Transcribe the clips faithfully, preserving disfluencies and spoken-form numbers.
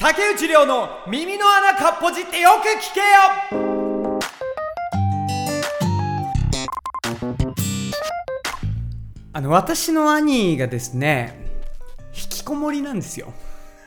竹内涼の耳の穴かっぽじってよく聞けよ。あの私の兄がですね、引きこもりなんですよ。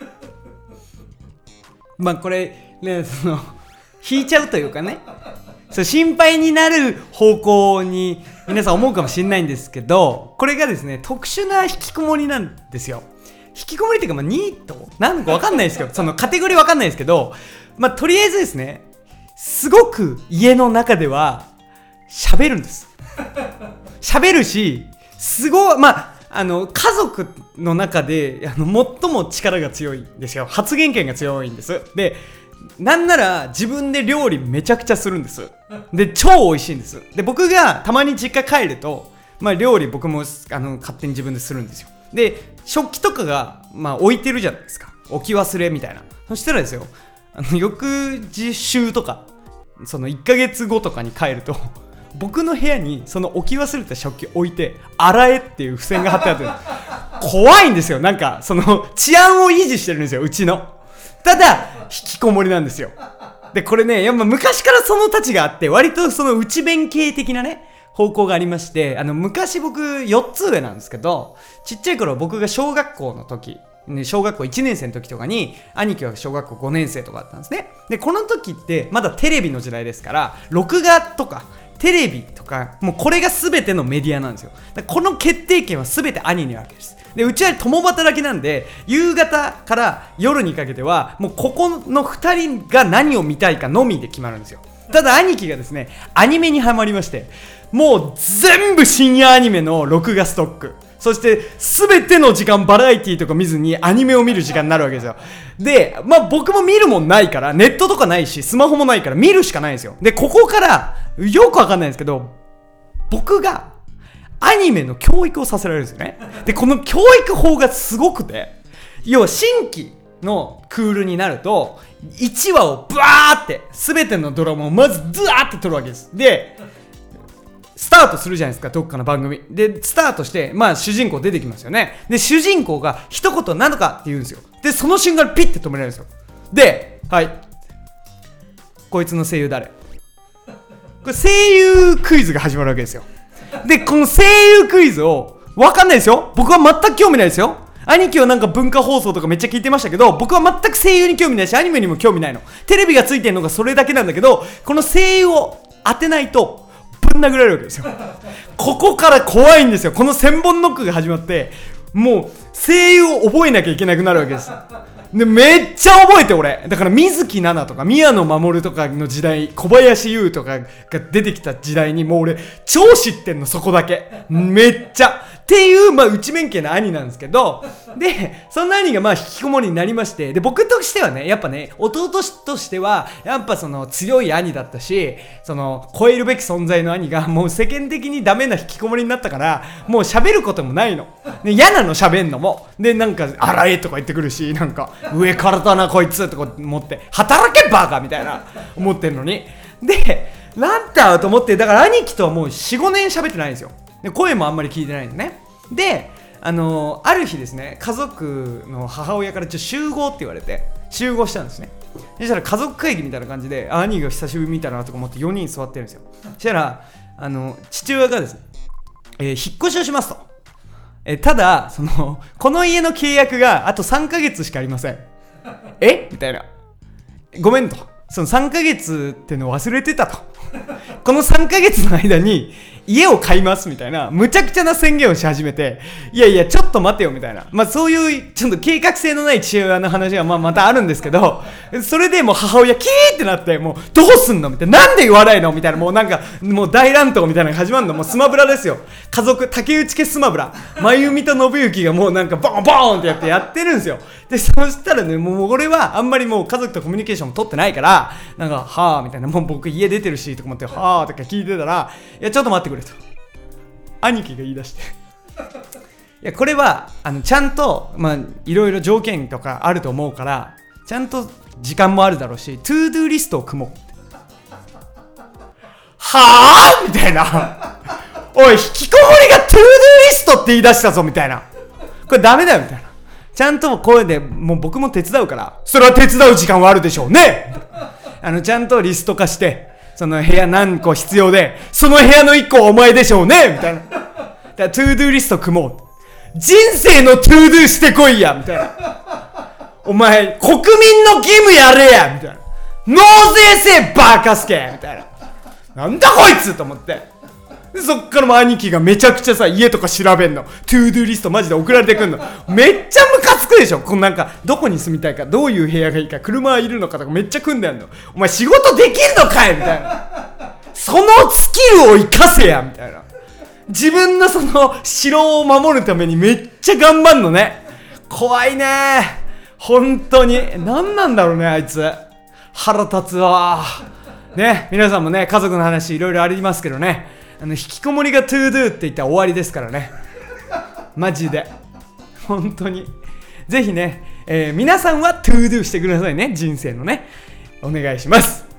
まあこれね、その引いちゃうというかね、そう心配になる方向に皆さん思うかもしれないんですけど、これがですね特殊な引きこもりなんですよ。引きこもりっていうか、まあ、ニートなんかわかんないですけど、そのカテゴリーわかんないですけど、まあとりあえずですね、すごく家の中では喋るんです。喋るし、すごい、まああの家族の中であの最も力が強いんですよ。発言権が強いんです。で、なんなら自分で料理めちゃくちゃするんです。で、超美味しいんです。で、僕がたまに実家帰ると、まあ料理僕もあの勝手に自分でするんですよ。で、食器とかがまあ置いてるじゃないですか。置き忘れみたいな。そしたらですよ、あの翌週とかそのいっかげつごとかに帰ると、僕の部屋にその置き忘れた食器置いて洗えっていう付箋が貼ってあって怖いんですよ。なんかその治安を維持してるんですよ、うちの。ただ引きこもりなんですよ。で、これね、やっぱ昔からそのたちがあって、割とその内弁慶的なね方向がありまして、あの昔僕よっつ上なんですけど、ちっちゃい頃僕が小学校の時、ね、小学校いちねん生の時とかに兄貴は小学校ごねん生とかだったんですね。で、この時ってまだテレビの時代ですから、録画とかテレビとかもうこれが全てのメディアなんですよ。だからこの決定権は全て兄にあるわけです。で、うちは共働きなんで、夕方から夜にかけてはもうここのふたりが何を見たいかのみで決まるんですよ。ただ兄貴がですね、アニメにハマりまして、もう全部深夜アニメの録画ストック、そして全ての時間バラエティとか見ずにアニメを見る時間になるわけですよ。で、まあ僕も見るもんないから、ネットとかないしスマホもないから見るしかないんですよ。で、ここからよくわかんないんですけど、僕がアニメの教育をさせられるんですよね。で、この教育法がすごくて、要は新規のクールになるといちわをブワーって全てのドラマをまずドワーって撮るわけです。で、スタートするじゃないですか、どっかの番組で。スタートして、まあ主人公出てきますよね。で、主人公が一言何とかって言うんですよ。で、その瞬間にピッて止められるんですよ。で、はい、こいつの声優誰？これ声優クイズが始まるわけですよ。で、この声優クイズを分かんないですよ。僕は全く興味ないですよ。兄貴はなんか文化放送とかめっちゃ聞いてましたけど、僕は全く声優に興味ないし、アニメにも興味ないの。テレビがついてるのがそれだけなんだけど、この声優を当てないとぶん殴られるわけですよ。ここから怖いんですよ。この千本ノックが始まって、もう声優を覚えなきゃいけなくなるわけです。で、めっちゃ覚えて、俺だから水木奈々とか宮野真守とかの時代、小林優とかが出てきた時代にもう俺超知ってんの、そこだけ。めっちゃっていう、まあ内弁慶な兄なんですけど、で、そんな兄がまあ引きこもりになりまして、で、僕としてはね、やっぱね、弟としてはやっぱその強い兄だったし、その超えるべき存在の兄がもう世間的にダメな引きこもりになったから、もう喋ることもないの。で、嫌なの、喋んのも。で、なんか洗えとか言ってくるし、なんか上からだなこいつとか思って、働けバカみたいな思ってんのに。で、なんだと思って、だから兄貴とはもう よん,ご 年喋ってないんですよ。で、声もあんまり聞いてないんですね。で、あのー、ある日ですね、家族の母親からちょっと集合って言われて集合したんですね。そしたら家族会議みたいな感じで、兄が久しぶり見たなとか思ってよにん座ってるんですよ。そしたらあの父親がですね、えー、引っ越しをしますと、えー、ただそのこの家の契約があとさんかげつしかありません。えみたいな。ごめんと、そのさんかげつっての忘れてたと。このさんかげつの間に家を買いますみたいなむちゃくちゃな宣言をし始めて、いやいやちょっと待てよみたいな、まあそういうちょっと計画性のない父親の話がまあまたあるんですけど、それでもう母親キーってなって、もうどうすんのみたいな、なんで言わないのみたいな、もうなんかもう大乱闘みたいなのが始まるの。もうスマブラですよ、家族竹内家スマブラ。真由美と信之がもうなんかボンボンってやってやってるんですよ。で、そしたらね、もう俺はあんまりもう家族とコミュニケーションも取ってないから、なんかはぁみたいな、もう僕家出てるしとか思ってはぁとか聞いてたら、いやちょっと待ってくれと兄貴が言い出して、いやこれはあのちゃんとまあいろいろ条件とかあると思うから、ちゃんと時間もあるだろうし、トゥードゥーリストを組もう。はぁみたいな。おい、引きこもりがトゥードゥーリストって言い出したぞみたいな。これダメだよみたいな。 ちゃんと声でもう僕も手伝うから、それは手伝う時間はあるでしょうねあのちゃんとリスト化して、その部屋何個必要で、その部屋のいっこはお前でしょうねみたいな。だからトゥードゥーリスト組もう。人生のトゥードゥーしてこいやみたいな。お前国民の義務やれやみたいな。納税せバカスケみたいな。なんだこいつと思って。でそっからも兄貴がめちゃくちゃさ、家とか調べんの。トゥードゥーリストマジで送られてくんの。めっちゃムカつくでしょ。このなんかどこに住みたいか、どういう部屋がいいか、車はいるのかとかめっちゃ組んでんの。お前仕事できるのかいみたいな。そのスキルを生かせやみたいな。自分のその城を守るためにめっちゃ頑張んのね。怖いね。本当に何なんだろうね、あいつ。腹立つわね。皆さんもね、家族の話いろいろありますけどね、あの引きこもりがトゥードゥって言ったら終わりですからね。マジで本当にぜひね、えー、皆さんはトゥードゥしてくださいね。人生のね、お願いします。